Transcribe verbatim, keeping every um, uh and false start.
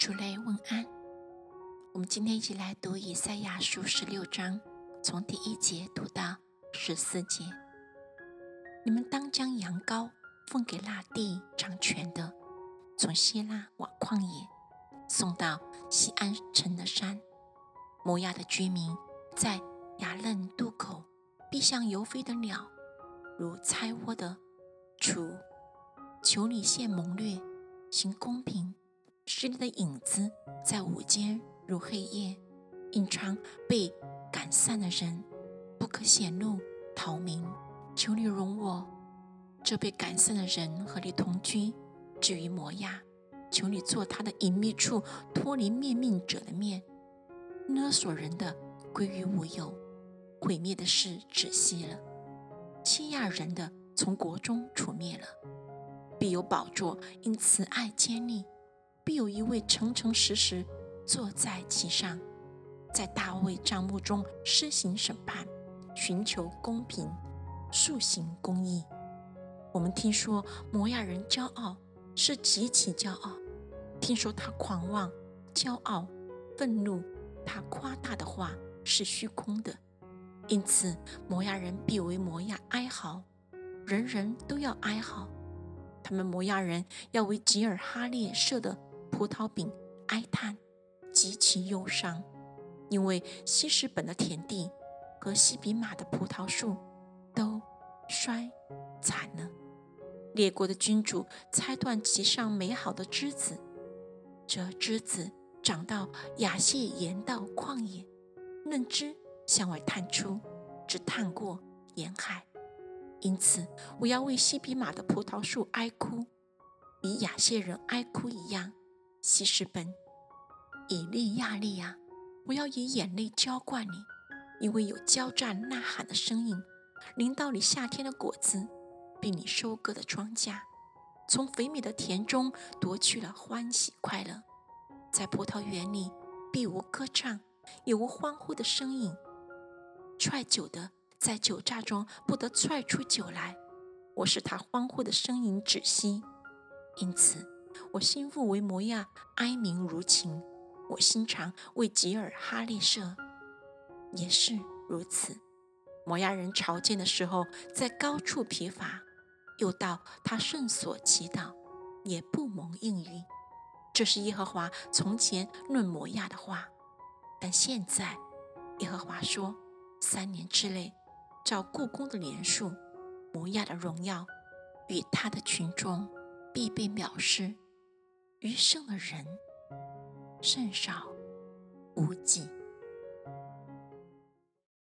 主内问安。我们今天一起来读以赛亚书十六章，从第一节读到十四节。你们当将羊羔奉给那地掌权的，从希拉往旷野送到西安城的山。摩亚的居民在雅嫩渡口，必像游飞的鸟，如拆窝的雏。求你现谋略，行公平，使你的影子在午间如黑夜，隐藏被赶散的人，不可显露逃民。求你容我这被赶散的人和你同居。至于摩亚，求你做他的隐秘处，脱离灭命者的面。勒索人的归于无有，毁灭的事止息了，欺压人的从国中除灭了。必有宝座因慈爱坚立，必有一位诚诚实实坐在其上，在大卫帐幕中施行审判，寻求公平，速行公义。我们听说摩亚人骄傲，是极其骄傲，听说他狂妄、骄傲、愤怒，他夸大的话是虚空的。因此摩亚人必为摩亚哀嚎，人人都要哀嚎。他们摩亚人要为吉尔哈列设的葡萄饼哀叹，极其忧伤，因为希实本的田地和西比马的葡萄树都衰残了。列国的君主拆断其上美好的枝子，这枝子长到亚谢延到旷野，嫩枝向外探出，只探过沿海。因此我要为西比马的葡萄树哀哭，比亚谢人哀哭一样。希实本，以利亚利亚，我要以眼泪浇灌你，因为有交战呐喊的声音临到你夏天的果子，并你收割的庄稼，从肥美的田中夺去了欢喜快乐。在葡萄园里必无歌唱，也无欢呼的声音。踹酒的在酒榨中不得踹出酒来，我使他欢呼的声音止息。因此我心腹为摩亚哀鸣如琴，我心肠为吉尔哈列舍也是如此。摩亚人朝见的时候，在高处疲乏，又到他圣所祈祷，也不蒙应允。这是耶和华从前论摩亚的话。但现在耶和华说，三年之内，照故宫的年数，摩亚的荣耀与他的群众必被藐视，余剩的人甚少无几。